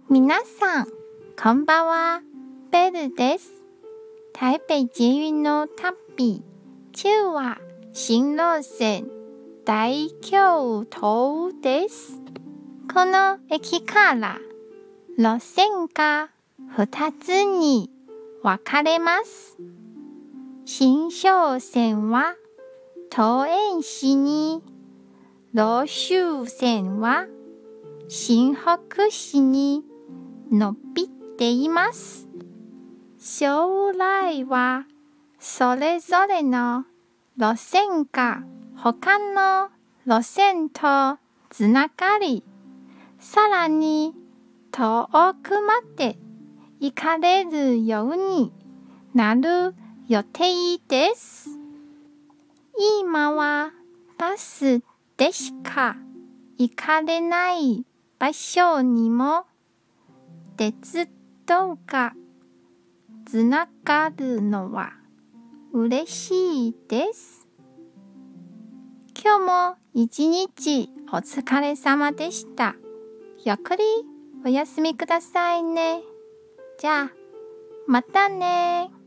皆さん、こんばんは。ベルです。台北捷運の旅。今日は新路線大京都です。この駅から路線が2つに分かれます。新商線は桃園市に、老州線は新北市に伸びています。将来はそれぞれの路線が他の路線とつながり、さらに遠くまで行かれるようになる予定です。今はバスでしか行かれない場所にも鉄道がつながるのは嬉しいです。今日も一日お疲れ様でした。ゆっくりお休みくださいね。じゃあ、またね。